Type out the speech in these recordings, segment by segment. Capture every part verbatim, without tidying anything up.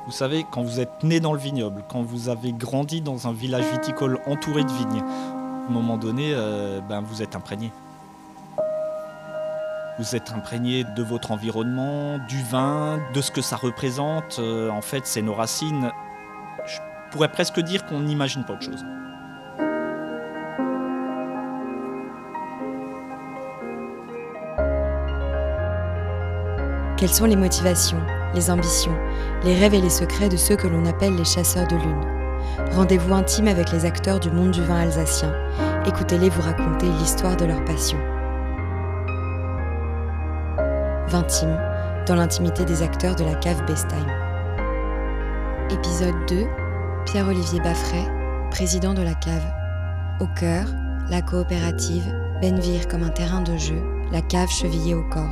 Vous savez, quand vous êtes né dans le vignoble, quand vous avez grandi dans un village viticole entouré de vignes, à un moment donné, euh, ben, vous êtes imprégné. Vous êtes imprégné de votre environnement, du vin, de ce que ça représente. Euh, en fait, c'est nos racines. Je pourrais presque dire qu'on n'imagine pas autre chose. Quelles sont les motivations, les ambitions, les rêves et les secrets de ceux que l'on appelle les chasseurs de lune? Rendez-vous intime avec les acteurs du monde du vin alsacien. Écoutez-les vous raconter l'histoire de leur passion. Vintime, dans l'intimité des acteurs de la cave Bestheim. Épisode deux, Pierre-Olivier Baffray, président de la cave. Au cœur, la coopérative, Benvir comme un terrain de jeu, la cave chevillée au corps.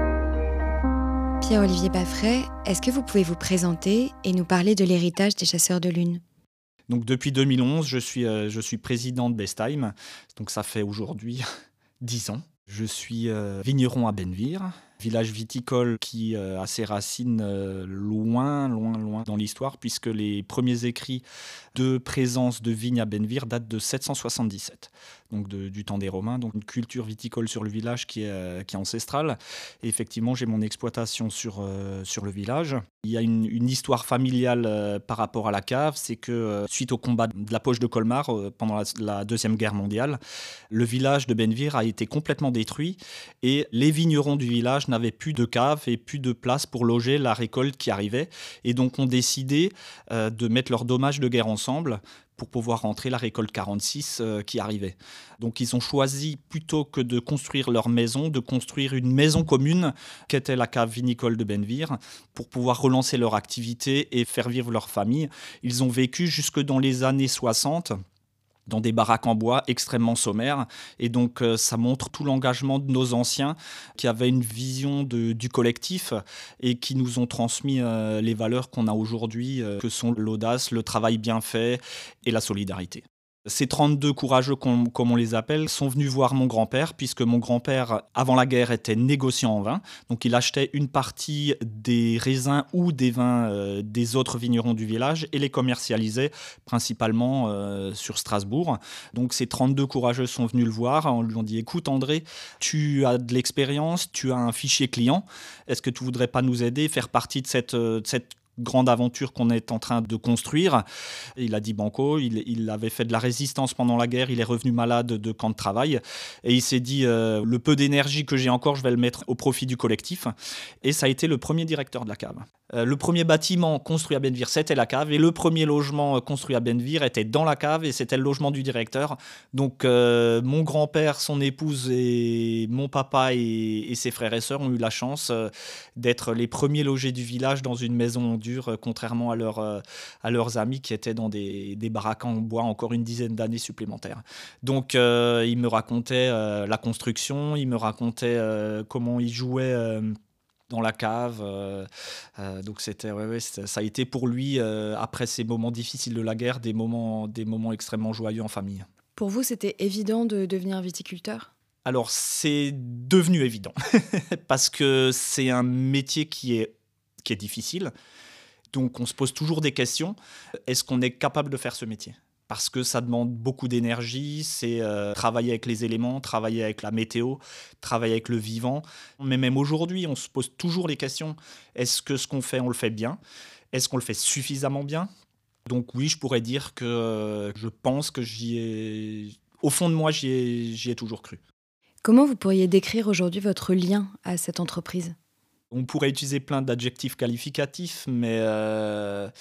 Pierre-Olivier Baffray, est-ce que vous pouvez vous présenter et nous parler de l'héritage des chasseurs de lune? Donc depuis deux mille onze, je suis, euh, je suis président de Bestheim. Donc ça fait aujourd'hui dix ans. Je suis euh, vigneron à Benvir, village viticole qui euh, a ses racines euh, loin, loin, loin dans l'histoire, puisque les premiers écrits de présence de vignes à Benvir datent de sept cent soixante-dix-sept, donc de, du temps des Romains. Donc une culture viticole sur le village qui est, euh, qui est ancestrale. Et effectivement, j'ai mon exploitation sur, euh, sur le village. Il y a une, une histoire familiale euh, par rapport à la cave, c'est que euh, suite au combat de la poche de Colmar euh, pendant la, la Deuxième Guerre mondiale, le village de Benvir a été complètement détruit et les vignerons du village n'avaient plus de cave et plus de place pour loger la récolte qui arrivait. Et donc ont décidé euh, de mettre leurs dommages de guerre ensemble pour pouvoir rentrer la récolte quarante-six euh, qui arrivait. Donc ils ont choisi, plutôt que de construire leur maison, de construire une maison commune qu'était la cave vinicole de Benvir pour pouvoir relancer leur activité et faire vivre leur famille. Ils ont vécu jusque dans les années soixante dans des baraques en bois extrêmement sommaires. Et donc, euh, ça montre tout l'engagement de nos anciens qui avaient une vision de, du collectif et qui nous ont transmis euh, les valeurs qu'on a aujourd'hui, euh, que sont l'audace, le travail bien fait et la solidarité. Ces trente-deux courageux, comme on les appelle, sont venus voir mon grand-père, puisque mon grand-père, avant la guerre, était négociant en vin. Donc il achetait une partie des raisins ou des vins euh, des autres vignerons du village et les commercialisait principalement euh, sur Strasbourg. Donc ces trente-deux courageux sont venus le voir. On lui a dit « Écoute André, tu as de l'expérience, tu as un fichier client. Est-ce que tu ne voudrais pas nous aider, faire partie de cette, de cette grande aventure qu'on est en train de construire ?» Il a dit banco, il, il avait fait de la résistance pendant la guerre, il est revenu malade de camp de travail et il s'est dit euh, le peu d'énergie que j'ai encore, je vais le mettre au profit du collectif. Et ça a été le premier directeur de la cave. Euh, le premier bâtiment construit à Benvir, c'était la cave, et le premier logement construit à Benvir était dans la cave et c'était le logement du directeur. Donc euh, mon grand-père, son épouse et mon papa et, et ses frères et sœurs ont eu la chance euh, d'être les premiers logés du village dans une maison en dur, euh, contrairement à, leur, euh, à leurs amis qui étaient dans des, des baraques en bois encore une dizaine d'années supplémentaires. Donc euh, il me racontait euh, la construction, il me racontait euh, comment il jouait euh, dans la cave, euh, euh, donc c'était, ouais, ouais, c'était, ça a été pour lui, euh, après ces moments difficiles de la guerre, des moments, des moments extrêmement joyeux en famille. Pour vous, c'était évident de devenir viticulteur? Alors c'est devenu évident, parce que c'est un métier qui est, qui est difficile, donc on se pose toujours des questions, est-ce qu'on est capable de faire ce métier ? Parce que ça demande beaucoup d'énergie, c'est euh, travailler avec les éléments, travailler avec la météo, travailler avec le vivant. Mais même aujourd'hui, on se pose toujours les questions. Est-ce que ce qu'on fait, on le fait bien ? Est-ce qu'on le fait suffisamment bien ? Donc oui, je pourrais dire que euh, je pense que j'y ai... Au fond de moi, j'y ai, j'y ai toujours cru. Comment vous pourriez décrire aujourd'hui votre lien à cette entreprise ? On pourrait utiliser plein d'adjectifs qualificatifs, mais... Euh...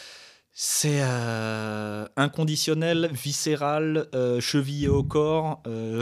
C'est euh, inconditionnel, viscéral, euh, chevillé au corps. Euh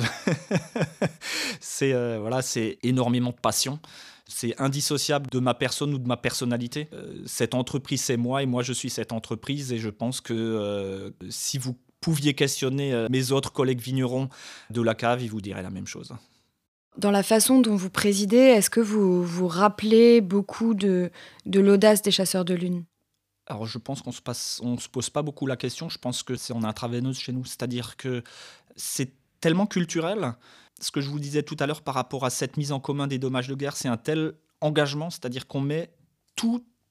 c'est, euh, voilà, c'est énormément de passion. C'est indissociable de ma personne ou de ma personnalité. Euh, cette entreprise, c'est moi et moi, je suis cette entreprise. Et je pense que euh, si vous pouviez questionner euh, mes autres collègues vignerons de la cave, ils vous diraient la même chose. Dans la façon dont vous présidez, est-ce que vous vous rappelez beaucoup de, de l'audace des chasseurs de lune ? Alors je pense qu'on se passe, on se pose pas beaucoup la question. Je pense que c'est en intraveineuse chez nous, c'est-à-dire que c'est tellement culturel. Ce que je vous disais tout à l'heure par rapport à cette mise en commun des dommages de guerre, c'est un tel engagement, c'est-à-dire qu'on met tout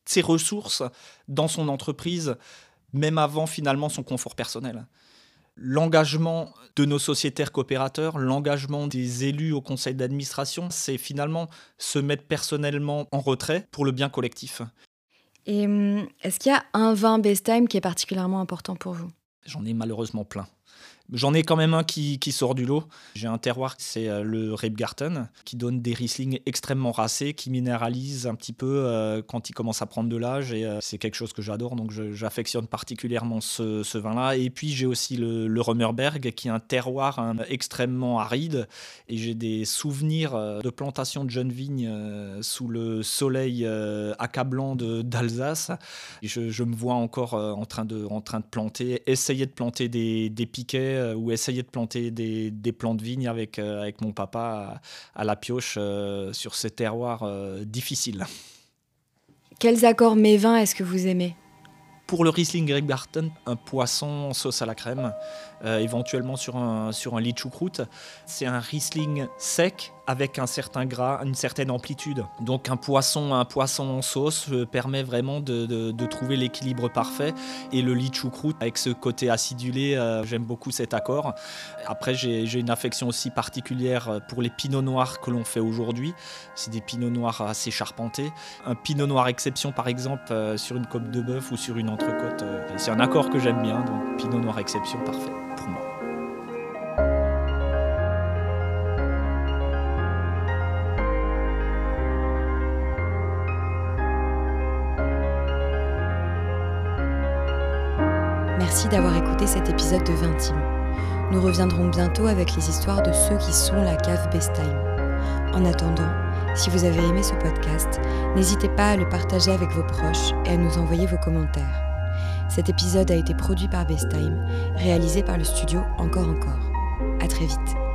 ses ressources dans son entreprise, même avant finalement son confort personnel. L'engagement de nos sociétaires coopérateurs, l'engagement des élus au conseil d'administration, c'est finalement se mettre personnellement en retrait pour le bien collectif. Et est-ce qu'il y a un vin Bestheim qui est particulièrement important pour vous ? J'en ai malheureusement plein. J'en ai quand même un qui, qui sort du lot. J'ai un terroir, c'est le Rebgarten, qui donne des Riesling extrêmement racés, qui minéralisent un petit peu euh, quand il commence à prendre de l'âge. Et euh, c'est quelque chose que j'adore, donc je, j'affectionne particulièrement ce, ce vin-là. Et puis j'ai aussi le, le Römerberg, qui est un terroir hein, extrêmement aride. Et j'ai des souvenirs euh, de plantation de jeunes vignes euh, sous le soleil euh, accablant de, d'Alsace. Et je, je me vois encore euh, en, train de, en train de planter, essayer de planter des, des piquets, ou essayer de planter des, des plants de vigne avec, euh, avec mon papa à, à la pioche euh, sur ces terroirs euh, difficiles. Quels accords mets-vins est-ce que vous aimez ? Pour le Riesling Rebgarten, un poisson en sauce à la crème, euh, éventuellement sur un, sur un lit de choucroute. C'est un Riesling sec avec un certain gras, une certaine amplitude. Donc un poisson, un poisson en sauce euh, permet vraiment de, de, de trouver l'équilibre parfait. Et le lit de choucroute, avec ce côté acidulé, euh, j'aime beaucoup cet accord. Après, j'ai, j'ai une affection aussi particulière pour les pinots noirs que l'on fait aujourd'hui. C'est des pinots noirs assez charpentés. Un pinot noir exception, par exemple, euh, sur une côte de bœuf ou sur une entrecôte. Euh, c'est un accord que j'aime bien, donc pinot noir exception, parfait pour moi. Merci d'avoir écouté cet épisode de Vintime. Nous reviendrons bientôt avec les histoires de ceux qui sont la cave Bestheim. En attendant, si vous avez aimé ce podcast, n'hésitez pas à le partager avec vos proches et à nous envoyer vos commentaires. Cet épisode a été produit par Bestheim, réalisé par le studio Encore Encore. À très vite.